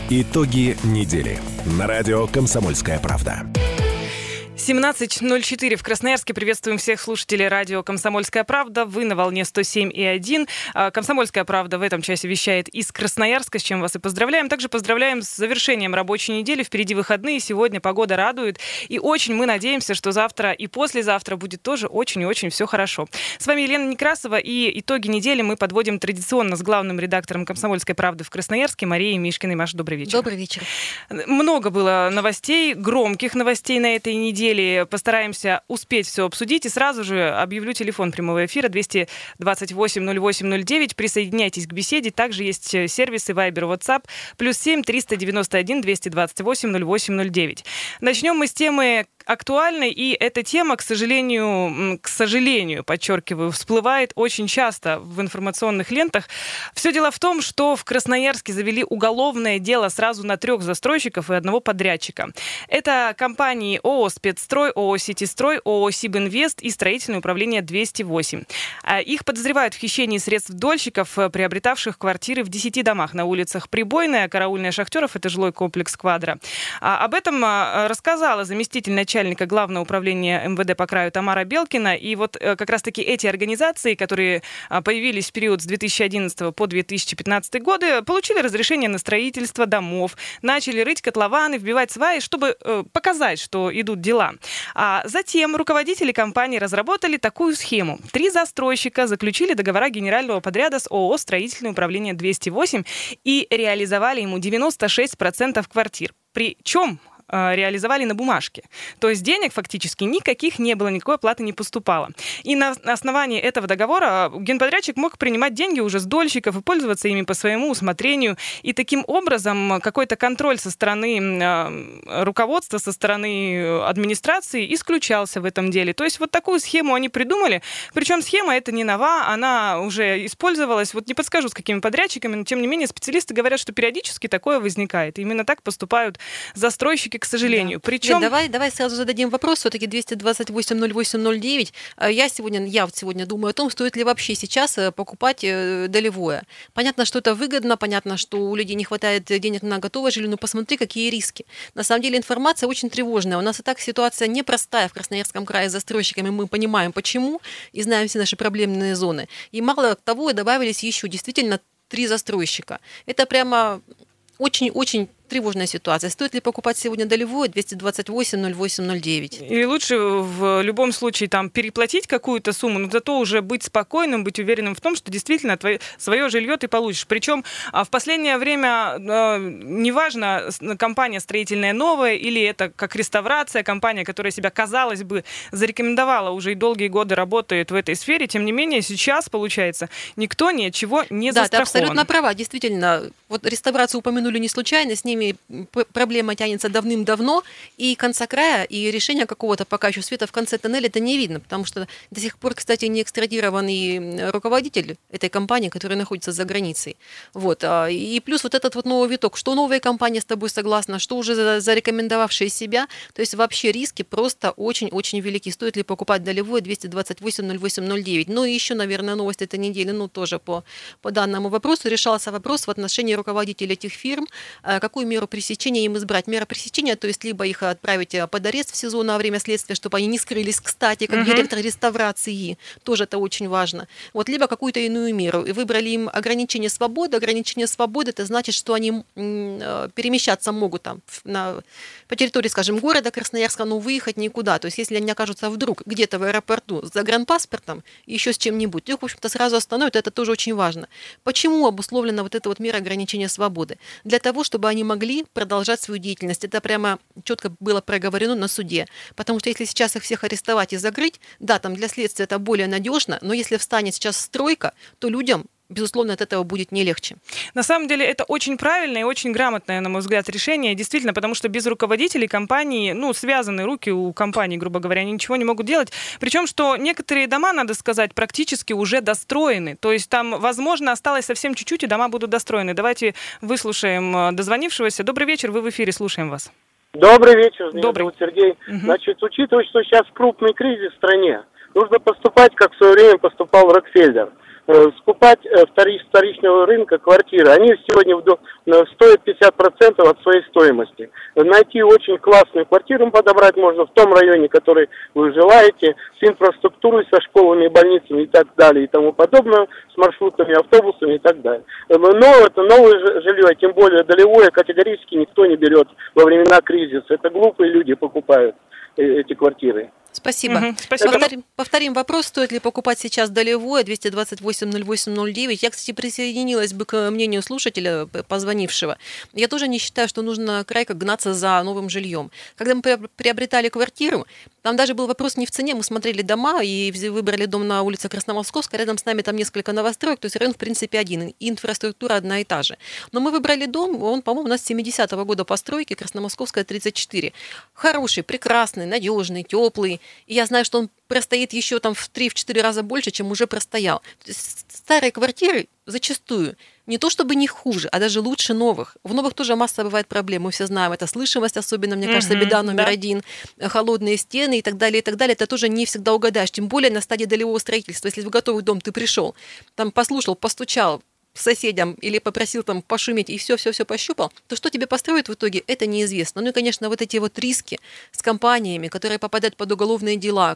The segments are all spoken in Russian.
Итоги недели на радио «Комсомольская правда». 17:04 в Красноярске. Приветствуем всех слушателей радио «Комсомольская правда». Вы на волне 107,1. «Комсомольская правда» в этом часе вещает из Красноярска, с чем вас и поздравляем. Также поздравляем с завершением рабочей недели. Впереди выходные. Сегодня погода радует. И очень мы надеемся, что завтра и послезавтра будет тоже очень и очень все хорошо. С вами Елена Некрасова. И итоги недели мы подводим традиционно с главным редактором «Комсомольской правды» в Красноярске Марией Мишкиной. Маша, добрый вечер. Добрый вечер. Много было новостей, громких новостей на этой неделе. Постараемся успеть все обсудить. И сразу же объявлю телефон прямого эфира 228-08-09. Присоединяйтесь к беседе. Также есть сервисы Viber, WhatsApp. +7 391 228 0809. Начнем мы с темы актуальной, и эта тема, к сожалению, подчеркиваю, всплывает очень часто в информационных лентах. Все дело в том, что в Красноярске завели уголовное дело сразу на 3 застройщиков и 1 подрядчика. Это компании ООО «Спецстрой», ООО «Ситистрой», ООО «Сибинвест» и строительное управление 208. Их подозревают в хищении средств дольщиков, приобретавших квартиры в 10 домах на улицах Прибойная, Караульная, Шахтеров, это жилой комплекс «Квадра». Об этом рассказала заместитель начальника Главного управления МВД по краю Тамара Белкина. И вот как раз-таки эти организации, которые появились в период с 2011 по 2015 годы, получили разрешение на строительство домов, начали рыть котлованы, вбивать сваи, чтобы показать, что идут дела. А затем руководители компании разработали такую схему. 3 застройщика заключили договора генерального подряда с ООО «Строительное управление 208» и реализовали ему 96% квартир. Причем реализовали на бумажке. То есть денег фактически никаких не было, никакой оплаты не поступало. И на основании этого договора генподрядчик мог принимать деньги уже с дольщиков и пользоваться ими по своему усмотрению. И таким образом какой-то контроль со стороны руководства, со стороны администрации исключался в этом деле. То есть вот такую схему они придумали. Причем схема эта не нова, она уже использовалась. Вот не подскажу, с какими подрядчиками, но тем не менее специалисты говорят, что периодически такое возникает. И именно так поступают застройщики, к сожалению. Да. Причем... Давай сразу зададим вопрос. Все-таки 228-08-09. Я сегодня думаю о том, стоит ли вообще сейчас покупать долевое. Понятно, что это выгодно, понятно, что у людей не хватает денег на готовое жилье, но посмотри, какие риски. На самом деле информация очень тревожная. У нас и так ситуация непростая в Красноярском крае с застройщиками. Мы понимаем, почему, и знаем все наши проблемные зоны. И мало того, добавились еще действительно 3 застройщика. Это прямо очень-очень тревожная ситуация. Стоит ли покупать сегодня долевое 228-08-09? И лучше в любом случае там переплатить какую-то сумму, но зато уже быть спокойным, быть уверенным в том, что действительно свое жилье ты получишь. Причем в последнее время неважно, компания строительная новая или это как реставрация, компания, которая себя, казалось бы, зарекомендовала уже и долгие годы работает в этой сфере, тем не менее сейчас, получается, никто ни от чего не застрахован. Да, ты абсолютно права. Действительно, вот реставрацию упомянули не случайно, с ними проблема тянется давным-давно, и конца края, и решения какого-то пока еще света в конце тоннеля это не видно, потому что до сих пор, кстати, не экстрадированный руководитель этой компании, который находится за границей. Вот. И плюс вот этот вот новый виток, что новая компания с тобой согласна, что уже зарекомендовавшая себя, то есть вообще риски просто очень-очень велики. Стоит ли покупать долевое 228-08-09? Ну и еще, наверное, новость этой недели, тоже по данному вопросу решался вопрос в отношении руководителей этих фирм, какую меру пресечения им избрать. Мера пресечения, то есть либо их отправить под арест в СИЗО на время следствия, чтобы они не скрылись, кстати, как директор реставрации, тоже это очень важно. Вот, либо какую-то иную меру. И выбрали им ограничение свободы. Ограничение свободы, это значит, что они перемещаться могут там по территории, скажем, города Красноярска, но выехать никуда. То есть если они окажутся вдруг где-то в аэропорту с загранпаспортом, еще с чем-нибудь, их, в общем-то, сразу остановят. Это тоже очень важно. Почему обусловлена вот эта вот мера ограничения свободы? Для того, чтобы они могли продолжать свою деятельность. Это прямо четко было проговорено на суде. Потому что если сейчас их всех арестовать и закрыть, да, там для следствия это более надежно, но если встанет сейчас стройка, то людям, безусловно, от этого будет не легче. На самом деле это очень правильное и очень грамотное, на мой взгляд, решение. Действительно, потому что без руководителей компании, связаны руки у компании, грубо говоря, они ничего не могут делать. Причем, что некоторые дома, надо сказать, практически уже достроены. То есть там, возможно, осталось совсем чуть-чуть, и дома будут достроены. Давайте выслушаем дозвонившегося. Добрый вечер, вы в эфире, слушаем вас. Добрый вечер, меня Добрый. зовут Сергей. Значит, учитывая, что сейчас крупный кризис в стране, нужно поступать, как в свое время поступал Рокфеллер. скупать вторичного рынка квартиры. Они сегодня стоят 50% от своей стоимости. Найти очень классную квартиру подобрать можно в том районе, который вы желаете, с инфраструктурой, со школами, больницами и так далее, и тому подобное, с маршрутами, автобусами и так далее. Но это новое жилье, тем более долевое, категорически никто не берет во времена кризиса. Это глупые люди покупают эти квартиры. Спасибо. Спасибо. Повторим вопрос, стоит ли покупать сейчас долевое, 228-08-09. Я, кстати, присоединилась бы к мнению слушателя, позвонившего. Я тоже не считаю, что нужно крайко гнаться за новым жильем. Когда мы приобретали квартиру, там даже был вопрос не в цене, мы смотрели дома и выбрали дом на улице Красномосковская, рядом с нами там несколько новостроек, то есть район в принципе один, инфраструктура одна и та же. Но мы выбрали дом, он, по-моему, у нас 70-го года постройки, Красномосковская, 34. Хороший, прекрасный, надежный, теплый. И я знаю, что он простоит еще там в 3-4 раза больше, чем уже простоял. То есть старые квартиры зачастую не то чтобы не хуже, а даже лучше новых. В новых тоже масса бывает проблем. Мы все знаем, это слышимость, особенно, мне кажется, беда номер один, холодные стены и так далее, и так далее. Это тоже не всегда угадаешь. Тем более на стадии долевого строительства. Если в готовый дом ты пришел, там послушал, постучал соседям или попросил там пошуметь и все пощупал, то что тебе построят в итоге, это неизвестно. Ну и, конечно, вот эти вот риски с компаниями, которые попадают под уголовные дела,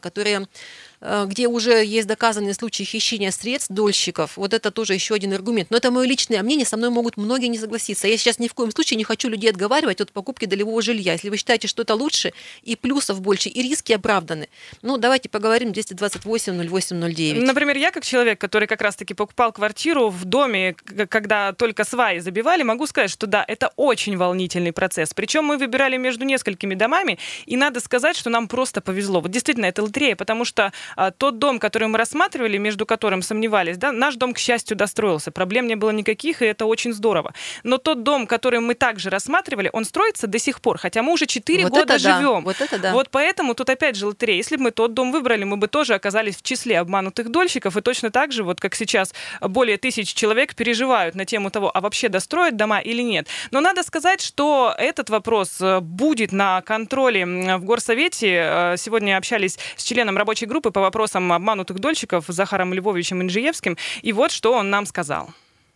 где уже есть доказанные случаи хищения средств дольщиков, вот это тоже еще один аргумент. Но это мое личное мнение, со мной могут многие не согласиться. Я сейчас ни в коем случае не хочу людей отговаривать от покупки долевого жилья. Если вы считаете, что это лучше, и плюсов больше, и риски оправданы, ну давайте поговорим 228-08-09. Например, я как человек, который как раз-таки покупал квартиру в доме, когда только сваи забивали, могу сказать, что да, это очень волнительный процесс. Причем мы выбирали между несколькими домами, и надо сказать, что нам просто повезло. Вот действительно, это лотерея, потому что тот дом, который мы рассматривали, между которым сомневались, да, наш дом, к счастью, достроился. Проблем не было никаких, и это очень здорово. Но тот дом, который мы также рассматривали, он строится до сих пор, хотя мы уже 4 года живем. Вот это да. Вот поэтому тут опять же лотерея. Если бы мы тот дом выбрали, мы бы тоже оказались в числе обманутых дольщиков, и точно так же, вот как сейчас более 1000 человек переживают на тему того, а вообще достроят дома или нет. Но надо сказать, что этот вопрос будет на контроле в Горсовете. Сегодня общались с членом рабочей группы по вопросам обманутых дольщиков Захаром Львовичем Инжиевским. И вот что он нам сказал.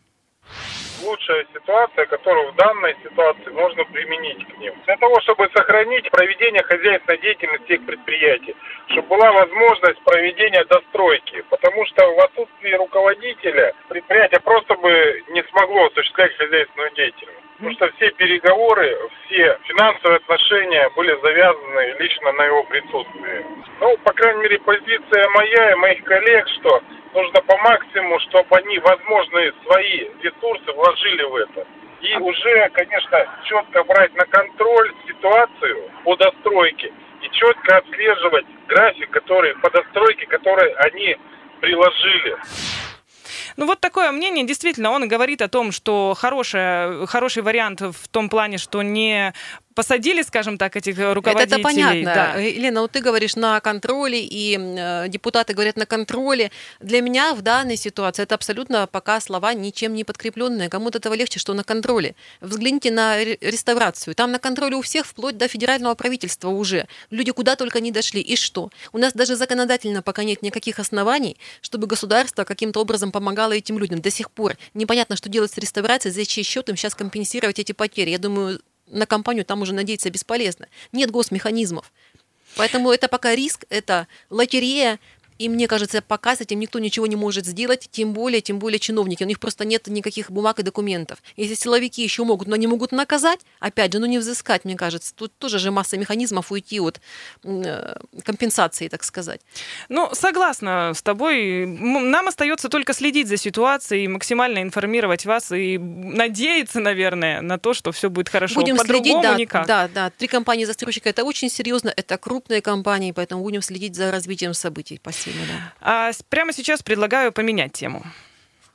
Лучшая ситуация, которую в данной ситуации можно применить к ним. Для того, чтобы сохранить проведение хозяйственной деятельности их предприятий, чтобы была возможность проведения достройки. Потому что в отсутствии руководителя предприятие просто бы не смогло осуществлять хозяйственную деятельность. Потому что все переговоры, все финансовые отношения были завязаны лично на его присутствии. Ну, по крайней мере, позиция моя и моих коллег, что нужно по максимуму, чтобы они возможные свои ресурсы вложили в это. И уже, конечно, четко брать на контроль ситуацию по достройке и четко отслеживать график, по достройке, который они приложили. Ну вот такое мнение. Действительно, он говорит о том, что хороший вариант в том плане, что не посадили, скажем так, этих руководителей. Это понятно. Да. Елена, вот ты говоришь на контроле, и депутаты говорят на контроле. Для меня в данной ситуации это абсолютно пока слова ничем не подкрепленные. Кому-то этого легче, что на контроле. Взгляните на реставрацию. Там на контроле у всех, вплоть до федерального правительства уже. Люди куда только не дошли. И что? У нас даже законодательно пока нет никаких оснований, чтобы государство каким-то образом помогало этим людям. До сих пор непонятно, что делать с реставрацией, за чей счет им сейчас компенсировать эти потери. Я думаю, на компанию там уже надеяться бесполезно. Нет госмеханизмов. Поэтому это пока риск, это лотерея. И мне кажется, пока с этим никто ничего не может сделать, тем более чиновники. У них просто нет никаких бумаг и документов. Если силовики еще могут, но они могут наказать, опять же, не взыскать, мне кажется. Тут тоже же масса механизмов уйти от компенсации, так сказать. Ну, согласна с тобой. Нам остается только следить за ситуацией, максимально информировать вас и надеяться, наверное, на то, что все будет хорошо. Будем следить, никак. Да. 3 компании-застройщика — это очень серьезно, это крупные компании, поэтому будем следить за развитием событий. Спасибо. А прямо сейчас предлагаю поменять тему.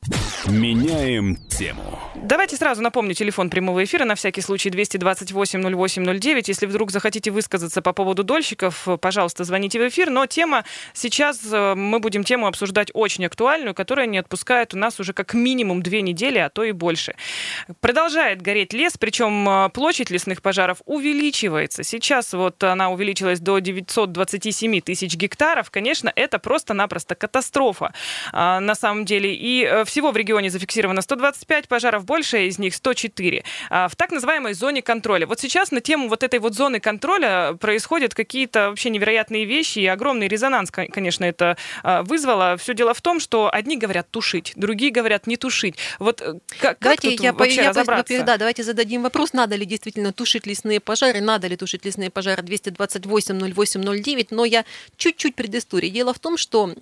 Меняем тему. Давайте сразу напомню телефон прямого эфира, на всякий случай 228-08-09. Если вдруг захотите высказаться по поводу дольщиков, пожалуйста, звоните в эфир. Но тема сейчас, мы будем тему обсуждать очень актуальную, которая не отпускает у нас уже как минимум 2 недели, а то и больше. Продолжает гореть лес, причем площадь лесных пожаров увеличивается. Сейчас вот она увеличилась до 927 тысяч гектаров. Конечно, это просто-напросто катастрофа на самом деле. И всего в регионе зафиксировано 125 пожаров, большая из них 104 в так называемой зоне контроля. Вот сейчас на тему вот этой вот зоны контроля происходят какие-то вообще невероятные вещи, и огромный резонанс, конечно, это вызвало. Все дело в том, что одни говорят тушить, другие говорят не тушить. Вот как давайте тут вообще разобраться? Давайте зададим вопрос, надо ли действительно тушить лесные пожары, надо ли тушить лесные пожары 228-08-09, но я чуть-чуть предыстории. Дело в том, что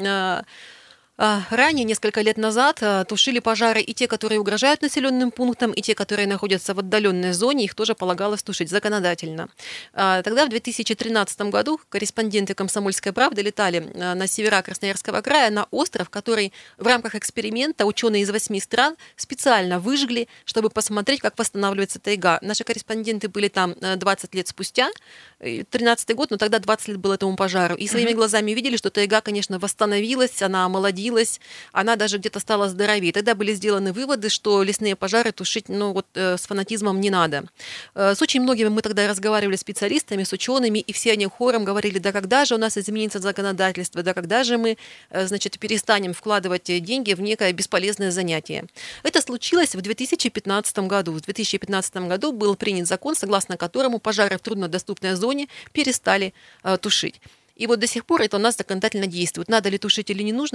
ранее, несколько лет назад, тушили пожары и те, которые угрожают населенным пунктам, и те, которые находятся в отдаленной зоне, их тоже полагалось тушить законодательно. Тогда, в 2013 году, корреспонденты «Комсомольской правды» летали на севера Красноярского края, на остров, который в рамках эксперимента ученые из 8 стран специально выжгли, чтобы посмотреть, как восстанавливается тайга. Наши корреспонденты были там 20 лет спустя, 13-й год, но тогда 20 лет было этому пожару, и своими глазами видели, что тайга, конечно, восстановилась, она омолодилась, она даже где-то стала здоровее. Тогда были сделаны выводы, что лесные пожары тушить с фанатизмом не надо. С очень многими мы тогда разговаривали с специалистами, с учеными, и все они хором говорили, да когда же у нас изменится законодательство, да когда же мы, перестанем вкладывать деньги в некое бесполезное занятие. Это случилось в 2015 году. В 2015 году был принят закон, согласно которому пожары в труднодоступной зоне перестали тушить. И вот до сих пор это у нас законодательно действует. Надо ли тушить или не нужно,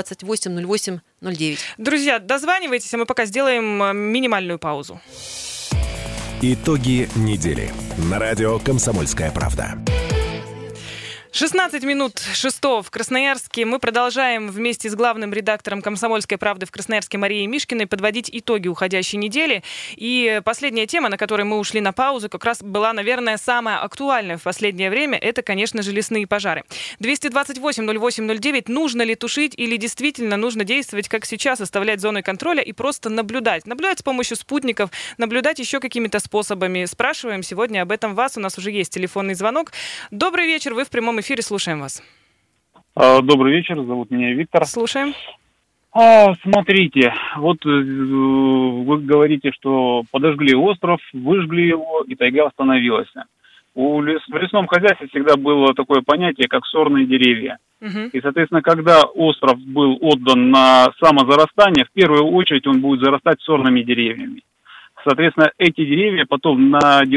228-08-09. Друзья, дозванивайтесь, а мы пока сделаем минимальную паузу. Итоги недели. На радио «Комсомольская правда». 16 минут 6 в Красноярске. Мы продолжаем вместе с главным редактором «Комсомольской правды» в Красноярске Марией Мишкиной подводить итоги уходящей недели. И последняя тема, на которой мы ушли на паузу, как раз была, наверное, самая актуальная в последнее время. Это, конечно же, лесные пожары. 228-08-09. Нужно ли тушить или действительно нужно действовать, как сейчас, оставлять зоны контроля и просто наблюдать? Наблюдать с помощью спутников, наблюдать еще какими-то способами. Спрашиваем сегодня об этом вас. У нас уже есть телефонный звонок. Добрый вечер, вы в прямом эфире, слушаем вас. Добрый вечер, зовут меня Виктор. Слушаем. Смотрите, вот вы говорите, что подожгли остров, выжгли его, и тайга восстановилась. В лесном хозяйстве всегда было такое понятие, как сорные деревья. И, соответственно, когда остров был отдан на самозарастание, в первую очередь он будет зарастать сорными деревьями. Соответственно, эти деревья потом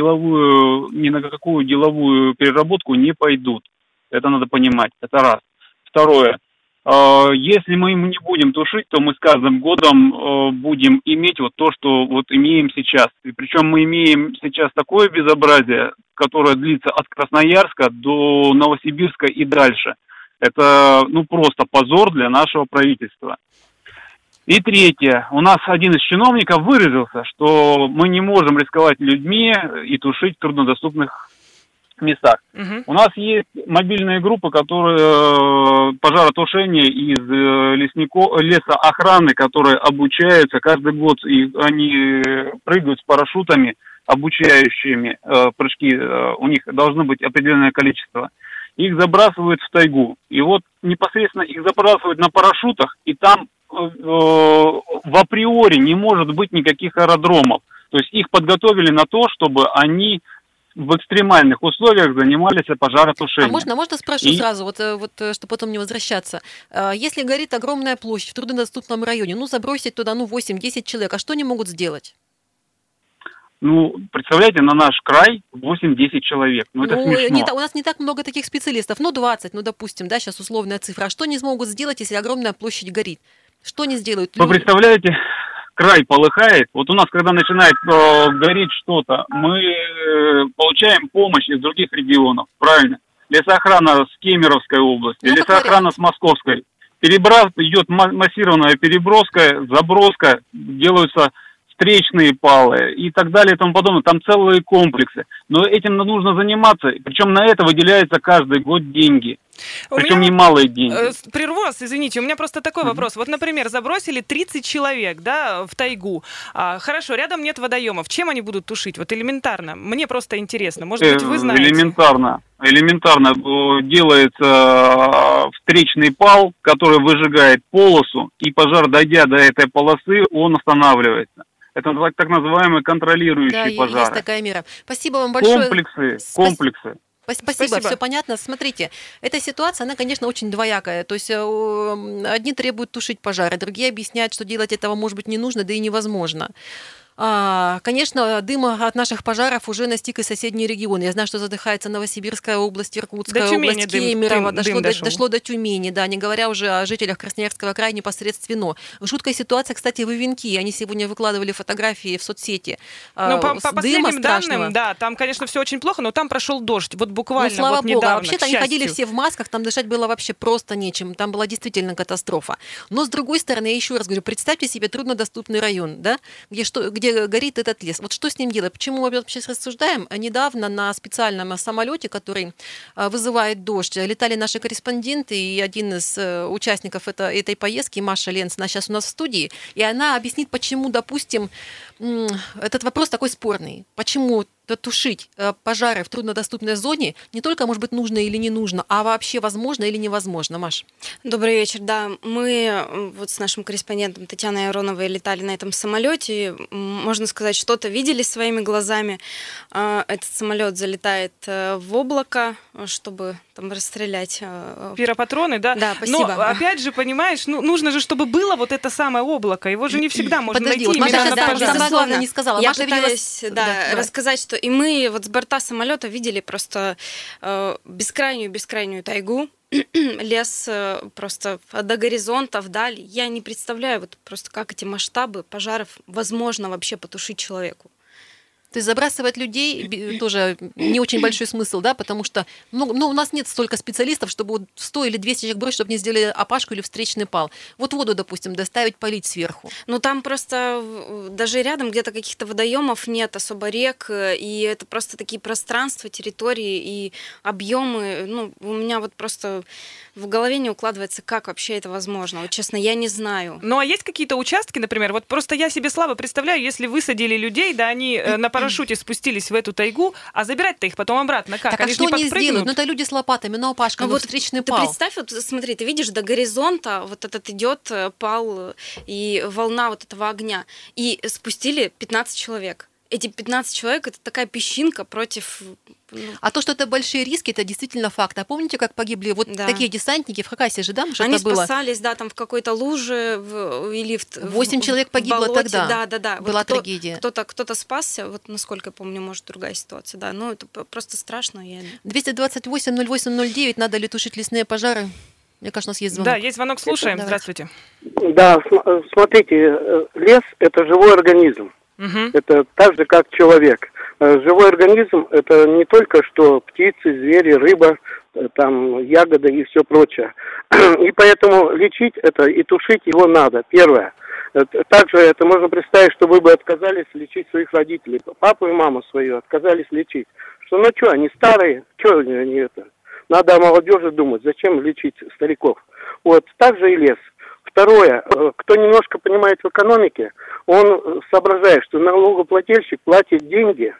ни на какую деловую переработку не пойдут. Это надо понимать. Это раз. Второе. Если мы не будем тушить, то мы с каждым годом будем иметь вот то, что вот имеем сейчас. И причем мы имеем сейчас такое безобразие, которое длится от Красноярска до Новосибирска и дальше. Это просто позор для нашего правительства. И третье. У нас один из чиновников выразился, что мы не можем рисковать людьми и тушить в труднодоступных местах. У нас есть мобильные группы, которые пожаротушение из лесоохраны, которые обучаются каждый год, и они прыгают с парашютами, обучающими прыжки, у них должно быть определенное количество. Их забрасывают в тайгу. И вот непосредственно их забрасывают на парашютах, и там в априори не может быть никаких аэродромов. То есть их подготовили на то, чтобы они в экстремальных условиях занимались пожаротушением. Можно спрошу сразу, чтобы потом не возвращаться. Если горит огромная площадь в труднодоступном районе, забросить туда 8-10 человек, а что они могут сделать? Представляете, на наш край 8-10 человек. Это смешно. У нас не так много таких специалистов. 20, допустим, да, сейчас условная цифра. А что они смогут сделать, если огромная площадь горит? Что они сделают? Вы представляете, край полыхает. Вот у нас, когда начинает гореть что-то, мы получаем помощь из других регионов, правильно? Лесоохрана с Кемеровской области, лесоохрана с Московской. Идет массированная переброска, заброска, делаются встречные палы и так далее и тому подобное. Там целые комплексы. Но этим нужно заниматься, причем на это выделяется каждый год деньги. Причем немалые деньги. Прерву вас, извините, у меня просто такой вопрос. Вот, например, забросили 30 человек, да, в тайгу. Хорошо, рядом нет водоемов. Чем они будут тушить? Вот элементарно. Мне просто интересно. Может быть, вы знаете? Элементарно делается встречный пал, который выжигает полосу, и пожар, дойдя до этой полосы, он останавливается. Это так называемые контролирующие пожары. Есть такая мера. Спасибо вам большое. Комплексы. Спасибо, все понятно. Смотрите, эта ситуация, она, конечно, очень двоякая. То есть одни требуют тушить пожары, другие объясняют, что делать этого, может быть, не нужно, да и невозможно. Конечно, дым от наших пожаров уже настиг и соседние регионы. Я знаю, что задыхается Новосибирская область, Иркутская область, Кемерово, дошло до Тюмени, да, не говоря уже о жителях Красноярского края непосредственно. Жуткая ситуация, кстати, в Ивенки. Они сегодня выкладывали фотографии в соцсети. По последним данным, да, там, конечно, все очень плохо, но там прошел дождь, вот буквально слава недавно, богу. Вообще-то они ходили все в масках, там дышать было вообще просто нечем, там была действительно катастрофа. Но, с другой стороны, я еще раз говорю, представьте себе труднодоступный район, да, где горит этот лес. Вот что с ним делать? Почему мы сейчас рассуждаем? Недавно на специальном самолете, который вызывает дождь, летали наши корреспонденты, и один из участников этой поездки, Маша Ленц, она сейчас у нас в студии, и она объяснит, почему, допустим, этот вопрос такой спорный. Почему тушить пожары в труднодоступной зоне не только, может быть, нужно или не нужно, а вообще возможно или невозможно, Маш? Добрый вечер. Да, мы вот с нашим корреспондентом Татьяной Ароновой летали на этом самолете. Можно сказать, что-то видели своими глазами. Этот самолет залетает в облако, чтобы там расстрелять пиропатроны, да? Да, спасибо. Но опять же, понимаешь, нужно же, чтобы было вот это самое облако. Его же не всегда можно найти. Вот Маша именно на пожар. самое главное не сказала. Я Маша пытаюсь рассказать, что и мы вот с борта самолета видели просто бескрайнюю тайгу, лес просто до горизонта, вдаль. Я не представляю вот просто, как эти масштабы пожаров возможно вообще потушить человеку. То есть забрасывать людей тоже не очень большой смысл, да, потому что у нас нет столько специалистов, чтобы вот 100 или 200 человек бросить, чтобы не сделали опашку или встречный пал. Вот воду, допустим, доставить, полить сверху. Ну там просто даже рядом где-то каких-то водоемов нет, особо рек, и это просто такие пространства, территории и объемы. Ну, у меня вот просто в голове не укладывается, как вообще это возможно. Вот честно, я не знаю. Ну а есть какие-то участки, например, вот просто я себе слабо представляю, если высадили людей, да, они на парашюте спустились в эту тайгу, а забирать-то их потом обратно как? Так, они что они сделают? Ну это люди с лопатами, на опашках, вот встречный пал. Ты представь, вот смотри, ты видишь до горизонта вот этот идет пал и волна вот этого огня, и спустили 15 человек. Эти 15 человек — это такая песчинка против... А то, что это большие риски, это действительно факт. А помните, как погибли вот такие десантники в Хакасии же, да? Они спасались, да, там в какой-то луже или в 8 человек погибло болоте. тогда. Да. Была вот трагедия. Кто-то спасся, вот насколько я помню, может, другая ситуация, да. Ну, это просто страшно. 228-08-09, надо ли тушить лесные пожары? Мне кажется, у нас есть звонок. Да, есть звонок, слушаем. Здравствуйте. Да, смотрите, лес – это живой организм. Это так же, как человек. Живой организм – это не только что птицы, звери, рыба, там, ягоды и все прочее. И поэтому лечить это и тушить его надо, первое. Также это можно представить, что вы бы отказались лечить своих родителей. Папу и маму свою отказались лечить. Что, они старые, они это? Надо о молодежи думать, зачем лечить стариков. Вот, также и лес. Второе, кто немножко понимает в экономике, он соображает, что налогоплательщик платит деньги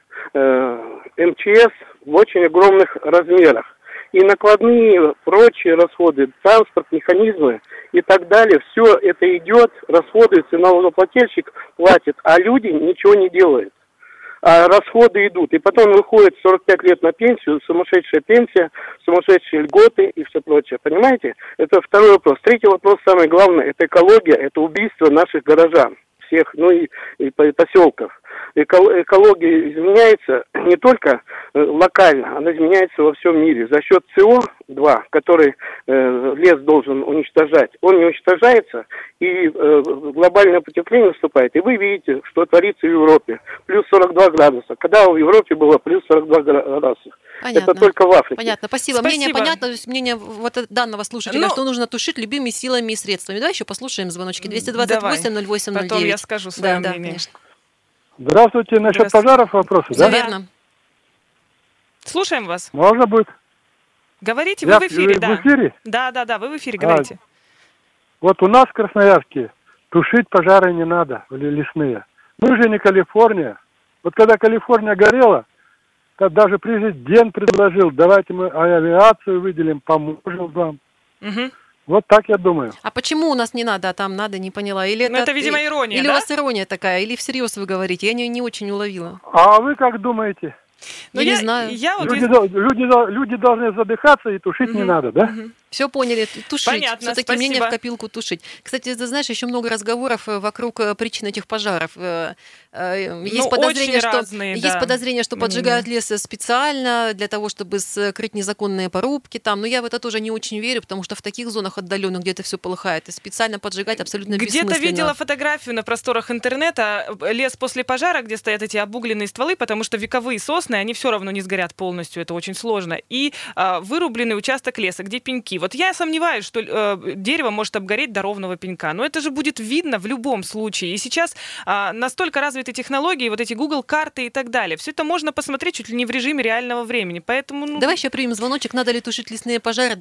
МЧС в очень огромных размерах. И накладные, прочие расходы, транспорт, механизмы и так далее, все это идет, расходуется, налогоплательщик платит, а люди ничего не делают. А расходы идут. И потом выходит 45 лет на пенсию, сумасшедшая пенсия, сумасшедшие льготы и все прочее. Понимаете? Это второй вопрос. Третий вопрос, самый главный, это экология, это убийство наших горожан. Всех, и поселков. Экология изменяется не только локально, она изменяется во всем мире. За счет СО2, который лес должен уничтожать, он не уничтожается, и глобальное потепление наступает. И вы видите, что творится в Европе. Плюс 42 градуса. Когда в Европе было плюс 42 градуса. Понятно. Это только в Африке. Понятно. Спасибо. Мнение понятно. То есть мнение вот данного слушателя, что нужно тушить любыми силами и средствами. Давай еще послушаем звоночки. 228-08-09. Потом я скажу свое мнение. Конечно. Здравствуйте. Насчет пожаров вопросы, Все да? верно. Слушаем вас. Можно будет? Говорите, вы в эфире, да. В эфире? Да, вы в эфире, говорите. Вот у нас в Красноярске тушить пожары не надо, лесные. Мы же не Калифорния. Вот когда Калифорния горела, то даже президент предложил, давайте мы авиацию выделим, поможем вам. Угу. Вот так я думаю. А почему у нас не надо, а там надо, не поняла. Или это, видимо, ирония, или да? у вас ирония такая, или всерьез вы говорите. Я не очень уловила. А вы как думаете? Я не знаю. Люди должны задыхаться и тушить не надо, да? Все поняли, тушить. Понятно, Все-таки спасибо. мнение в копилку тушить. Кстати, ты знаешь, еще много разговоров вокруг причин этих пожаров. Есть подозрение, что поджигают лес специально для того, чтобы скрыть незаконные порубки там. Но я в это тоже не очень верю, потому что в таких зонах отдаленных, где это все полыхает, и специально поджигать абсолютно бессмысленно. Где-то видела фотографию на просторах интернета, лес после пожара, где стоят эти обугленные стволы, потому что вековые сосны, они все равно не сгорят полностью, это очень сложно. И вырубленный участок леса, где пеньки. Вот я сомневаюсь, что дерево может обгореть до ровного пенька, но это же будет видно в любом случае. И сейчас настолько развиты технологии, вот эти Google карты и так далее. Все это можно посмотреть чуть ли не в режиме реального времени. Поэтому, Давай еще примем звоночек. Надо ли тушить лесные пожары?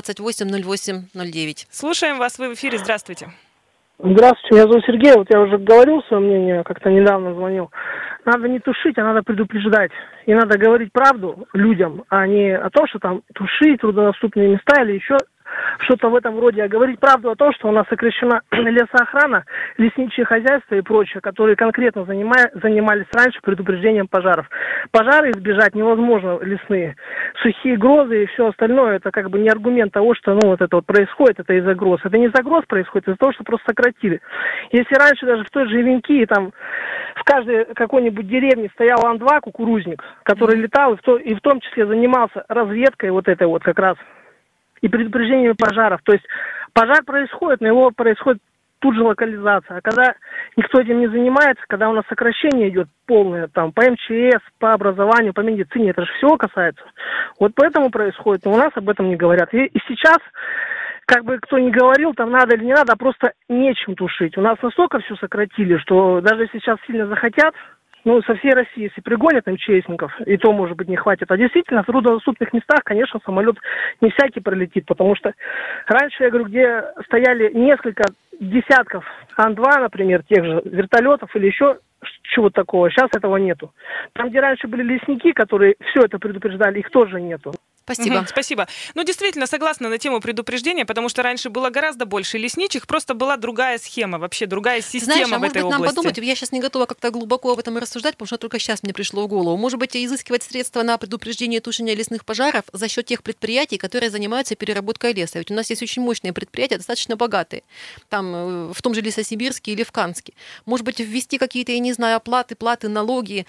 228-08-09. Слушаем вас, вы в эфире. Здравствуйте. Здравствуйте, меня зовут Сергей. Вот я уже говорил свое мнение, как-то недавно звонил. Надо не тушить, а надо предупреждать. И надо говорить правду людям, а не о том, что там тушить труднодоступные места или еще что-то в этом роде, а говорить правду о том, что у нас сокращена лесоохрана, лесничье хозяйство и прочее, которые конкретно занимались раньше предупреждением пожаров. Пожары избежать невозможно лесные. Сухие грозы и все остальное, это как бы не аргумент того, что вот это вот происходит, это из-за гроз. Это не из-за гроз происходит, из-за того, что просто сократили. Если раньше даже в той же Ивенки, там в каждой какой-нибудь деревне стоял Ан-2, кукурузник, который летал и в том числе занимался разведкой вот этой вот как раз и предупреждениями пожаров. То есть пожар происходит, но его происходит тут же локализация. А когда никто этим не занимается, когда у нас сокращение идет полное, там, по МЧС, по образованию, по медицине, это же всего касается. Вот поэтому происходит, но у нас об этом не говорят. И сейчас, как бы кто ни говорил, там надо или не надо, а просто нечем тушить. У нас настолько все сократили, что даже если сейчас сильно захотят, со всей России, если пригонят МЧСников, и то, может быть, не хватит. А действительно, в труднодоступных местах, конечно, самолет не всякий пролетит, потому что раньше, я говорю, где стояли несколько десятков Ан-2, например, тех же вертолетов или еще чего-то такого, сейчас этого нету. Там, где раньше были лесники, которые все это предупреждали, их тоже нету. Спасибо. Спасибо. Действительно, согласна на тему предупреждения, потому что раньше было гораздо больше лесничих, просто была другая схема, вообще другая система в этой области. Может быть, нам подумать, я сейчас не готова как-то глубоко об этом рассуждать, потому что только сейчас мне пришло в голову. Может быть, изыскивать средства на предупреждение тушения лесных пожаров за счет тех предприятий, которые занимаются переработкой леса. Ведь у нас есть очень мощные предприятия, достаточно богатые. Там, в том же Лесосибирске или в Канске. Может быть, ввести какие-то, я не знаю, платы, налоги,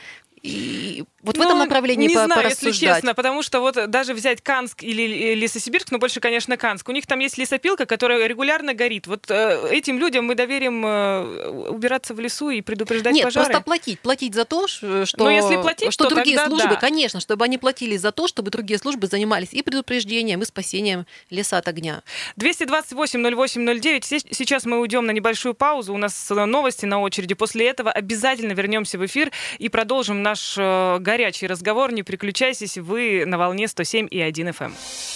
и вот в этом направлении порассуждать. Не знаю, если честно, потому что вот даже взять Канск или Лесосибирск, но больше, конечно, Канск, у них там есть лесопилка, которая регулярно горит. Вот этим людям мы доверим убираться в лесу и предупреждать пожары? Нет, просто платить за то, что если платить, что другие службы, да. Конечно, чтобы они платили за то, чтобы другие службы занимались и предупреждением, и спасением леса от огня. 228-08-09. Сейчас мы уйдем на небольшую паузу, у нас новости на очереди. После этого обязательно вернемся в эфир и продолжим наш горячий разговор. Не переключайтесь, вы на волне 107,1 FM.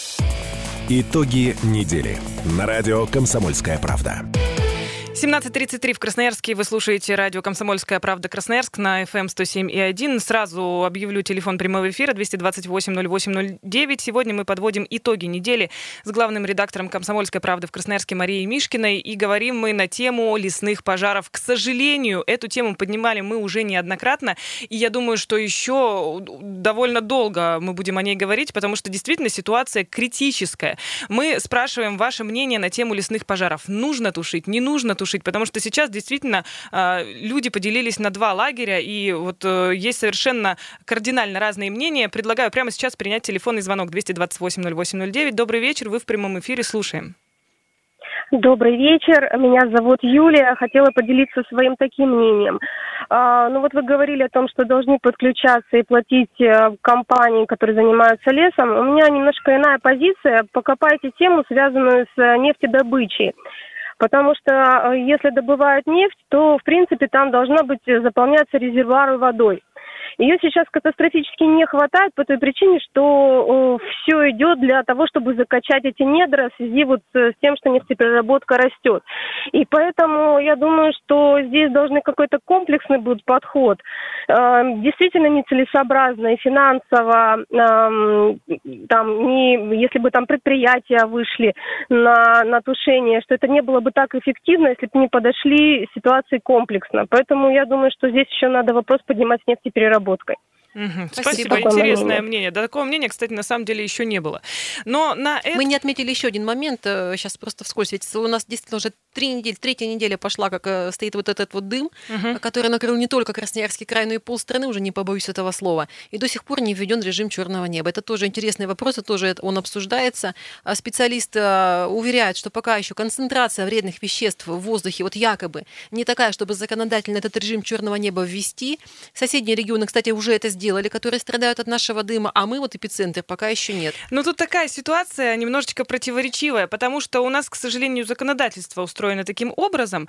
Итоги недели на радио «Комсомольская правда». 17:33 в Красноярске. Вы слушаете радио «Комсомольская правда» Красноярск на FM 107,1. Сразу объявлю телефон прямого эфира 228-08-09. Сегодня мы подводим итоги недели с главным редактором «Комсомольской правды» в Красноярске Марией Мишкиной. И говорим мы на тему лесных пожаров. К сожалению, эту тему поднимали мы уже неоднократно. И я думаю, что еще довольно долго мы будем о ней говорить, потому что действительно ситуация критическая. Мы спрашиваем ваше мнение на тему лесных пожаров. Нужно тушить, не нужно тушить? Потому что сейчас действительно люди поделились на два лагеря, и вот есть совершенно кардинально разные мнения. Предлагаю прямо сейчас принять телефонный звонок 228-08-09. Добрый вечер, вы в прямом эфире, слушаем. Добрый вечер, меня зовут Юлия. Хотела поделиться своим таким мнением. Вот вы говорили о том, что должны подключаться и платить компании, которые занимаются лесом. У меня немножко иная позиция. Покопайте тему, связанную с нефтедобычей. Потому что если добывают нефть, то, в принципе, там должно быть заполняться резервуары водой. Ее сейчас катастрофически не хватает по той причине, что все идет для того, чтобы закачать эти недра в связи вот с тем, что нефтепереработка растет. И поэтому я думаю, что здесь должен какой-то комплексный будет подход. Действительно нецелесообразно и финансово, если бы там предприятия вышли на тушение, что это не было бы так эффективно, если бы не подошли к ситуации комплексно. Поэтому я думаю, что здесь еще надо вопрос поднимать с нефтепереработкой. Спасибо. Интересное мнение. Да, такого мнения, кстати, на самом деле еще не было. Но мы не отметили еще один момент. Сейчас просто вскользь. Ведь у нас действительно уже 3 недели, третья неделя пошла, как стоит вот этот вот дым, который накрыл не только Красноярский край, но и полстраны, уже не побоюсь этого слова. И до сих пор не введен режим черного неба. Это тоже интересный вопрос, и тоже он обсуждается. Специалист уверяет, что пока еще концентрация вредных веществ в воздухе вот якобы не такая, чтобы законодательно этот режим черного неба ввести. Соседние регионы, кстати, уже это сделали, которые страдают от нашего дыма, а мы вот эпицентр пока еще нет. Но тут такая ситуация немножечко противоречивая, потому что у нас, к сожалению, законодательство устроено таким образом,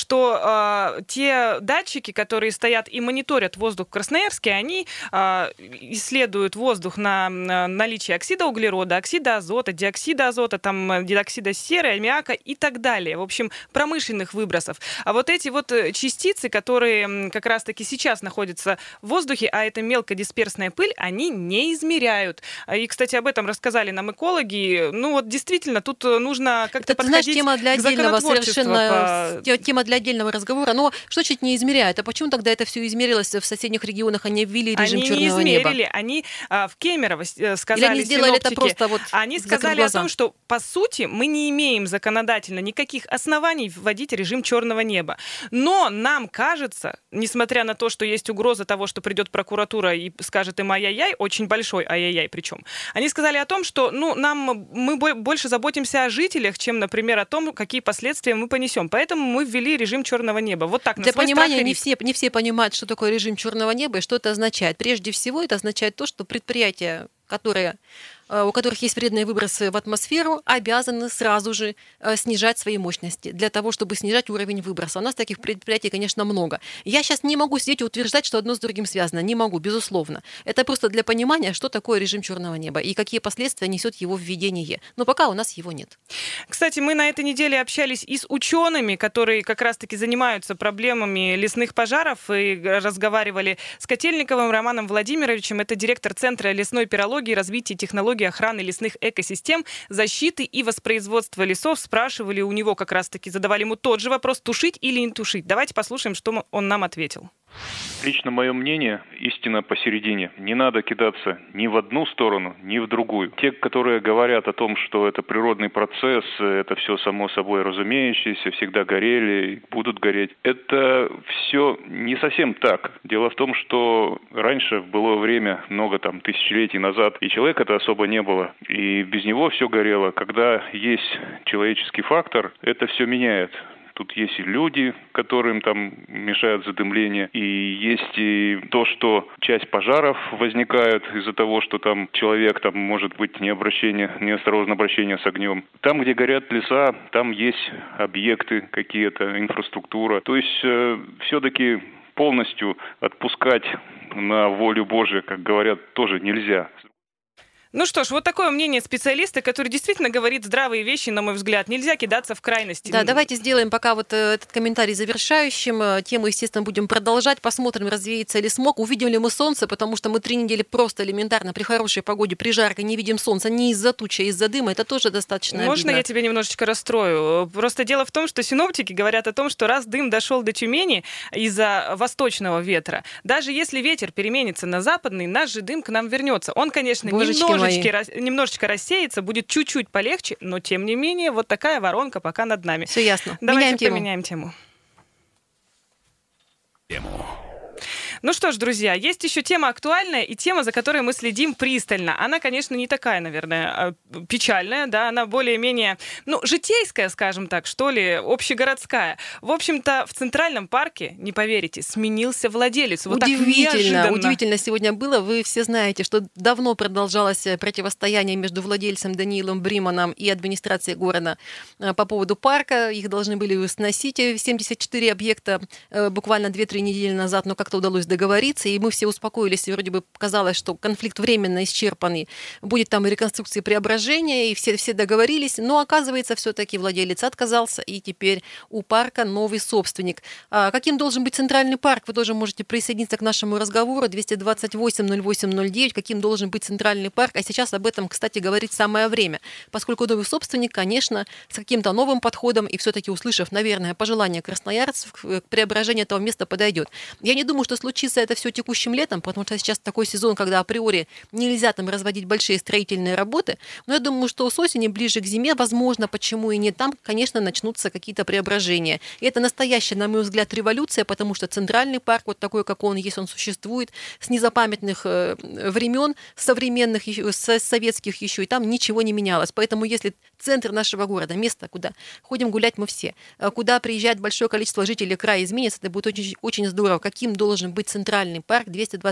что те датчики, которые стоят и мониторят воздух в Красноярске, они исследуют воздух на наличие оксида углерода, оксида азота, диоксида азота, диоксида серы, аммиака и так далее. В общем, промышленных выбросов. А вот эти вот частицы, которые как раз-таки сейчас находятся в воздухе, а это мелкодисперсная пыль, они не измеряют. И, кстати, об этом рассказали нам экологи. Ну вот действительно, тут нужно как-то подходить тема для к отдельного совершенно тема для отдельного разговора. Но что чуть не измеряют? А почему тогда это все измерилось в соседних регионах? Они ввели режим черного неба? Они не измерили. Они в Кемерово сказали, или они сделали синоптики, это просто вот они сказали о том, что по сути мы не имеем законодательно никаких оснований вводить режим черного неба. Но нам кажется, несмотря на то, что есть угроза того, что придет прокуратура и скажет им ай-яй-яй, очень большой ай-яй-яй причем. Они сказали о том, что мы больше заботимся о жителях, чем, например, о том, какие последствия мы понесем. Поэтому мы ввели режим черного неба. Вот так, для понимания, не все понимают, что такое режим черного неба и что это означает. Прежде всего, это означает то, что предприятия, у которых есть вредные выбросы в атмосферу, обязаны сразу же снижать свои мощности для того, чтобы снижать уровень выброса. У нас таких предприятий, конечно, много. Я сейчас не могу сидеть и утверждать, что одно с другим связано. Не могу, безусловно. Это просто для понимания, что такое режим черного неба и какие последствия несет его введение. Но пока у нас его нет. Кстати, мы на этой неделе общались и с учеными, которые как раз-таки занимаются проблемами лесных пожаров, и разговаривали с Котельниковым Романом Владимировичем. Это директор Центра лесной пирологии и развития технологий охраны лесных экосистем, защиты и воспроизводства лесов. Спрашивали у него, как раз-таки задавали ему тот же вопрос: тушить или не тушить. Давайте послушаем, что он нам ответил. Лично мое мнение, истина посередине. Не надо кидаться ни в одну сторону, ни в другую. Те, которые говорят о том, что это природный процесс, это все само собой разумеющееся, всегда горели, будут гореть, это все не совсем так. Дело в том, что раньше, в былое время, много тысячелетий назад, и человека-то особо не было, и без него все горело. Когда есть человеческий фактор, это все меняет. Тут есть и люди, которым мешают задымление, и есть и то, что часть пожаров возникают из-за того, что человек, может быть неосторожное обращение с огнем. Там, где горят леса, там есть объекты какие-то, инфраструктура. То есть все-таки полностью отпускать на волю Божию, как говорят, тоже нельзя. Ну что ж, вот такое мнение специалиста, который действительно говорит здравые вещи, на мой взгляд. Нельзя кидаться в крайности. Да, давайте сделаем пока вот этот комментарий завершающим. Тему, естественно, будем продолжать. Посмотрим, развеется ли смог. Увидим ли мы солнце, потому что мы 3 недели просто элементарно при хорошей погоде, при жаркой не видим солнца не из-за тучи, а из-за дыма. Это тоже достаточно обидно. Можно я тебя немножечко расстрою? Просто дело в том, что синоптики говорят о том, что раз дым дошел до Тюмени из-за восточного ветра, даже если ветер переменится на западный, наш же дым к нам вернется. Он, конечно, немножечко рассеется, будет чуть-чуть полегче, но тем не менее вот такая воронка пока над нами. Все ясно. Давайте поменяем тему. Ну что ж, друзья, есть еще тема актуальная и тема, за которой мы следим пристально. Она, конечно, не такая, наверное, печальная, да, она более-менее, житейская, скажем так, что ли, общегородская. В общем-то, в Центральном парке, не поверите, сменился владелец. Вот удивительно сегодня было. Вы все знаете, что давно продолжалось противостояние между владельцем Даниилом Бриманом и администрацией города по поводу парка. Их должны были сносить 74 объекта буквально 2-3 недели назад, но как-то удалось договориться, и мы все успокоились, и вроде бы казалось, что конфликт временно исчерпанный, будет там и реконструкция, и преображение, и все договорились, но оказывается, все-таки владелец отказался, и теперь у парка новый собственник. Каким должен быть Центральный парк? Вы тоже можете присоединиться к нашему разговору 228-08-09, каким должен быть Центральный парк, а сейчас об этом, кстати, говорить самое время, поскольку новый собственник, конечно, с каким-то новым подходом, и все-таки услышав, наверное, пожелания красноярцев, к преображению этого места подойдет. Я не думаю, что случится это все текущим летом, потому что сейчас такой сезон, когда априори нельзя там разводить большие строительные работы. Но я думаю, что с осени, ближе к зиме, возможно, почему и нет, там, конечно, начнутся какие-то преображения. И это настоящая, на мой взгляд, революция, потому что Центральный парк, вот такой, как он есть, он существует с незапамятных времен, современных, советских еще, и там ничего не менялось. Поэтому если центр нашего города, место, куда ходим гулять мы все, куда приезжает большое количество жителей края, изменится, это будет очень, очень здорово. Каким должен быть Центральный парк?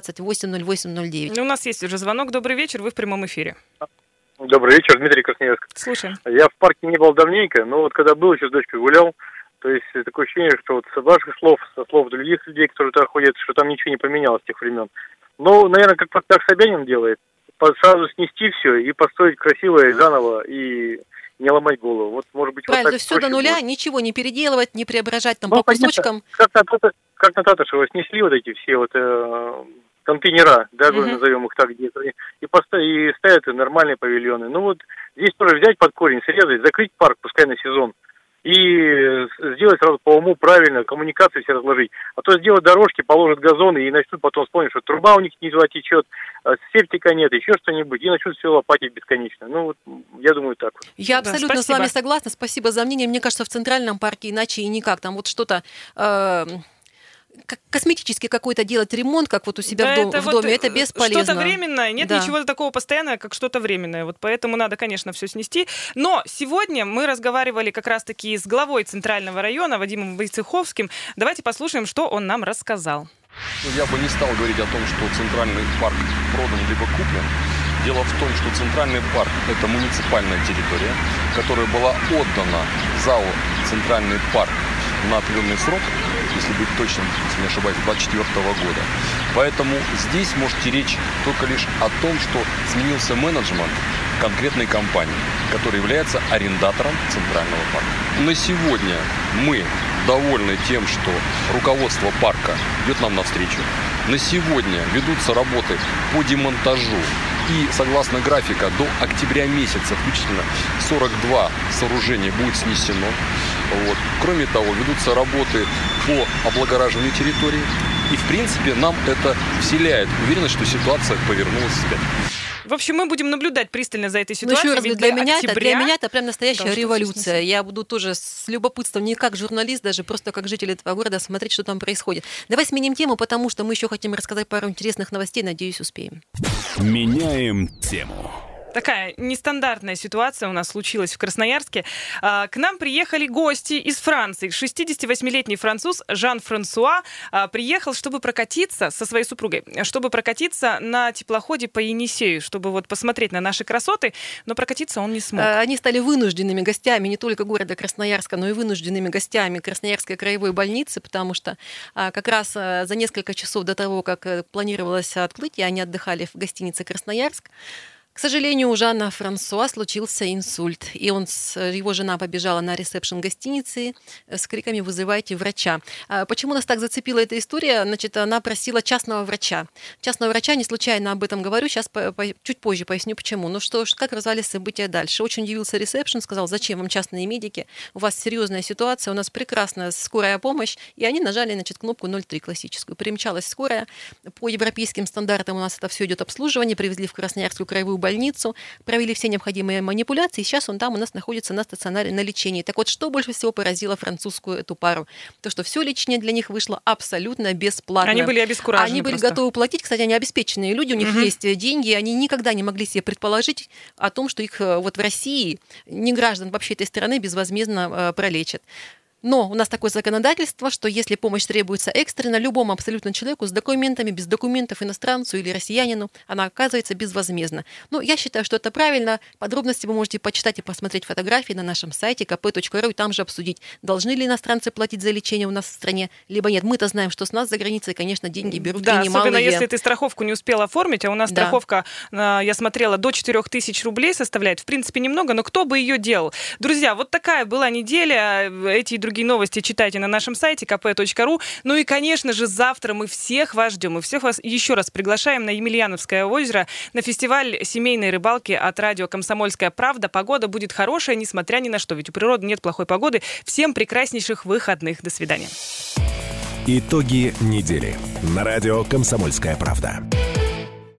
228-08-09. У нас есть уже звонок. Добрый вечер, вы в прямом эфире. Добрый вечер, Дмитрий Красноярск. Слушаем. Я в парке не был давненько, но вот когда был, еще с дочкой гулял, то есть такое ощущение, что вот с ваших слов, со слов других людей, которые туда ходят, что там ничего не поменялось с тех времен. Ну, наверное, как так Собянин делает, сразу снести все и построить красивое заново и не ломать голову. Вот, может быть, правильно, вот так все до нуля, будет. ничего не переделывать, не преображать там по кусочкам. Как на Татышево снесли вот эти все вот контейнера, да, назовем их так, где и ставят нормальные павильоны. Ну вот здесь тоже взять под корень, срезать, закрыть парк, пускай на сезон, и сделать сразу по уму правильно, коммуникации все разложить. А то сделать дорожки, положат газоны и начнут потом вспомнить, что труба у них не туда течет, септика нет, еще что-нибудь, и начнут все лопатить бесконечно. Ну вот, я думаю, так вот. Я абсолютно с вами согласна, спасибо за мнение. Мне кажется, в Центральном парке иначе и никак. Там вот что-то... косметический какой-то делать ремонт, как вот у себя в доме, это бесполезно. Что-то временное, нет ничего такого постоянного, как что-то временное. Вот поэтому надо, конечно, все снести. Но сегодня мы разговаривали как раз-таки с главой Центрального района Вадимом Войцеховским. Давайте послушаем, что он нам рассказал. Я бы не стал говорить о том, что Центральный парк продан либо куплен. Дело в том, что Центральный парк – это муниципальная территория, которая была отдана ЗАО «Центральный парк» на определенный срок, если быть точным, если не ошибаюсь, 2024 года. Поэтому здесь может идти речь только лишь о том, что сменился менеджмент конкретной компании, которая является арендатором Центрального парка. На сегодня мы довольны тем, что руководство парка идет нам навстречу. На сегодня ведутся работы по демонтажу. И согласно графика, до октября месяца включительно 42 сооружения будет снесено. Вот. Кроме того, ведутся работы по облагораживанию территории. И, в принципе, нам это вселяет уверенность, что ситуация повернулась вспять. В общем, мы будем наблюдать пристально за этой ситуацией. Ну, еще раз, для меня это прям настоящая революция. Я буду тоже с любопытством, не как журналист, даже просто как житель этого города, смотреть, что там происходит. Давай сменим тему, потому что мы еще хотим рассказать пару интересных новостей. Надеюсь, успеем. Меняем тему. Такая нестандартная ситуация у нас случилась в Красноярске. К нам приехали гости из Франции. 68-летний француз Жан-Франсуа приехал, чтобы прокатиться со своей супругой, чтобы прокатиться на теплоходе по Енисею, чтобы вот посмотреть на наши красоты, но прокатиться он не смог. Они стали вынужденными гостями не только города Красноярска, но и вынужденными гостями Красноярской краевой больницы, потому что как раз за несколько часов до того, как планировалось отплытие, они отдыхали в гостинице «Красноярск». К сожалению, у Жана Франсуа случился инсульт, и его жена побежала на ресепшн гостиницы с криками «Вызывайте врача». Почему нас так зацепила эта история? Значит, она просила частного врача. Частного врача, не случайно об этом говорю, сейчас чуть позже поясню, почему. Ну что ж, как развивались события дальше? Очень удивился ресепшн, сказал, зачем вам частные медики, у вас серьезная ситуация, у нас прекрасная скорая помощь, и они нажали, значит, кнопку 03 классическую. Примчалась скорая, по европейским стандартам у нас это все идет обслуживание, привезли в Красноярскую краевую больницу, провели все необходимые манипуляции, и сейчас он там у нас находится на стационаре на лечении. Так вот, что больше всего поразило французскую эту пару? То, что все лечение для них вышло абсолютно бесплатно. Они были обескуражены. Они были готовы платить. Кстати, они обеспеченные люди, у них есть деньги, они никогда не могли себе предположить о том, что их вот в России, не граждан вообще этой страны, безвозмездно пролечат. Но у нас такое законодательство, что если помощь требуется экстренно, любому абсолютно человеку с документами, без документов, иностранцу или россиянину, она оказывается безвозмездно. Ну, я считаю, что это правильно. Подробности вы можете почитать и посмотреть фотографии на нашем сайте kp.ru и там же обсудить, должны ли иностранцы платить за лечение у нас в стране, либо нет. Мы-то знаем, что с нас за границей, конечно, деньги берут и немалые. Особенно если ты страховку не успел оформить, а у нас страховка, я смотрела, до 4000 рублей составляет. В принципе, немного, но кто бы ее делал? Друзья, вот такая была неделя. Эти и другие новости читайте на нашем сайте kp.ru. Ну и, конечно же, завтра мы всех вас ждем. Мы всех вас еще раз приглашаем на Емельяновское озеро на фестиваль семейной рыбалки от радио «Комсомольская правда». Погода будет хорошая, несмотря ни на что. Ведь у природы нет плохой погоды. Всем прекраснейших выходных. До свидания. Итоги недели на радио «Комсомольская правда».